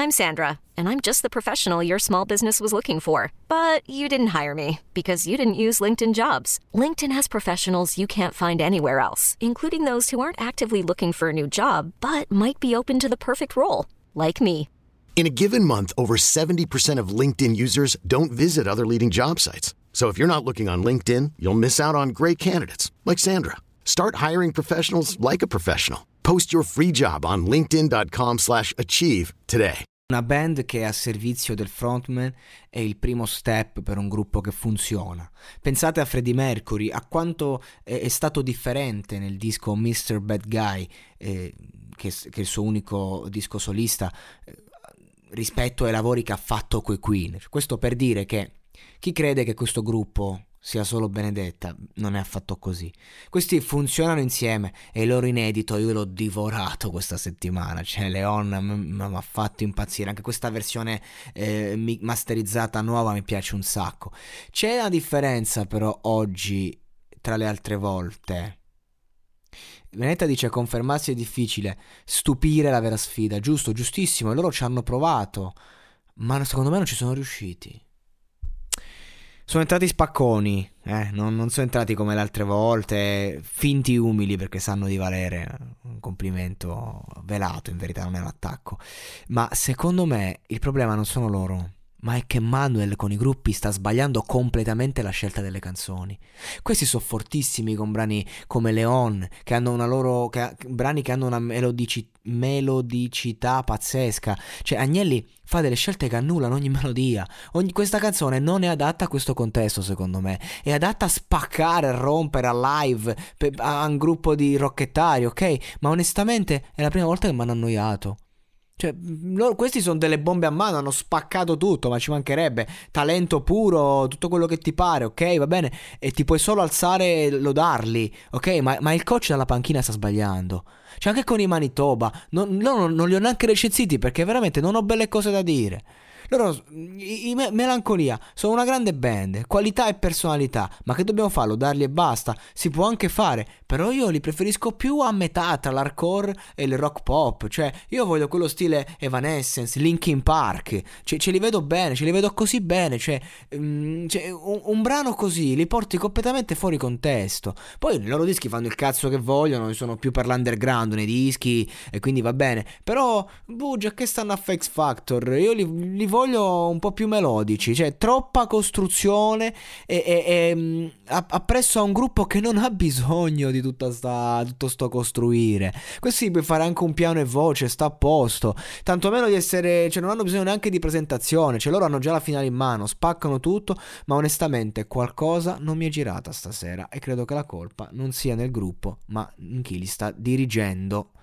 I'm Sandra, and I'm just the professional your small business was looking for. But you didn't hire me because you didn't use LinkedIn Jobs. LinkedIn has professionals you can't find anywhere else, including those who aren't actively looking for a new job, but might be open to the perfect role, like me. In a given month, over 70% of LinkedIn users don't visit other leading job sites. So if you're not looking on LinkedIn, you'll miss out on great candidates like Sandra. Start hiring professionals like a professional. Post your free job on linkedin.com/achieve today. Una band che è a servizio del frontman è il primo step per un gruppo che funziona. Pensate a Freddie Mercury, a quanto è stato differente nel disco Mr. Bad Guy, che è il suo unico disco solista, rispetto ai lavori che ha fatto coi Queen. Questo per dire che chi crede che questo gruppo sia solo Benedetta non è affatto così. Questi funzionano insieme e il loro inedito io l'ho divorato questa settimana. Cioè Leon mi ha fatto impazzire. Anche questa versione masterizzata nuova mi piace un sacco. C'è una differenza però oggi tra le altre volte. Benedetta dice: confermarsi è difficile, stupire è la vera sfida. Giusto, giustissimo, e loro ci hanno provato, ma secondo me non ci sono riusciti. Sono entrati spacconi, non sono entrati come le altre volte, finti umili perché sanno di valere. Un complimento velato, in verità non è un attacco. Ma secondo me il problema non sono loro, ma è che Manuel con i gruppi sta sbagliando completamente la scelta delle canzoni. Questi sono fortissimi con brani come Leon, che hanno brani che hanno una melodicità pazzesca. Cioè Agnelli fa delle scelte che annullano ogni melodia. Questa canzone non è adatta a questo contesto, secondo me. È adatta a spaccare, a rompere, a live, a un gruppo di rockettari, ok? Ma onestamente è la prima volta che mi hanno annoiato. Cioè, questi sono delle bombe a mano, hanno spaccato tutto, ma ci mancherebbe. Talento puro, tutto quello che ti pare, ok? Va bene? E ti puoi solo alzare e lodarli, ok? Ma il coach dalla panchina sta sbagliando. Cioè, anche con i Manitoba non li ho neanche recensiti perché veramente non ho belle cose da dire. Loro, Melancolia, sono una grande band, qualità e personalità, ma che dobbiamo farlo? Darli e basta? Si può anche fare, però io li preferisco più a metà tra l'hardcore e il rock pop. Cioè, io voglio quello stile Evanescence, Linkin Park, ce li vedo bene, ce li vedo così bene. Cioè un brano così li porti completamente fuori contesto. Poi i loro dischi fanno il cazzo che vogliono, io sono più per l'underground nei dischi e quindi va bene. Però, già che stanno a X Factor, io li voglio un po' più melodici. Cioè troppa costruzione e appresso a un gruppo che non ha bisogno di tutto sto costruire. Questi puoi fare anche un piano e voce, sta a posto, tanto meno di essere, cioè non hanno bisogno neanche di presentazione, cioè loro hanno già la finale in mano, spaccano tutto. Ma onestamente qualcosa non mi è girata stasera e credo che la colpa non sia nel gruppo ma in chi li sta dirigendo.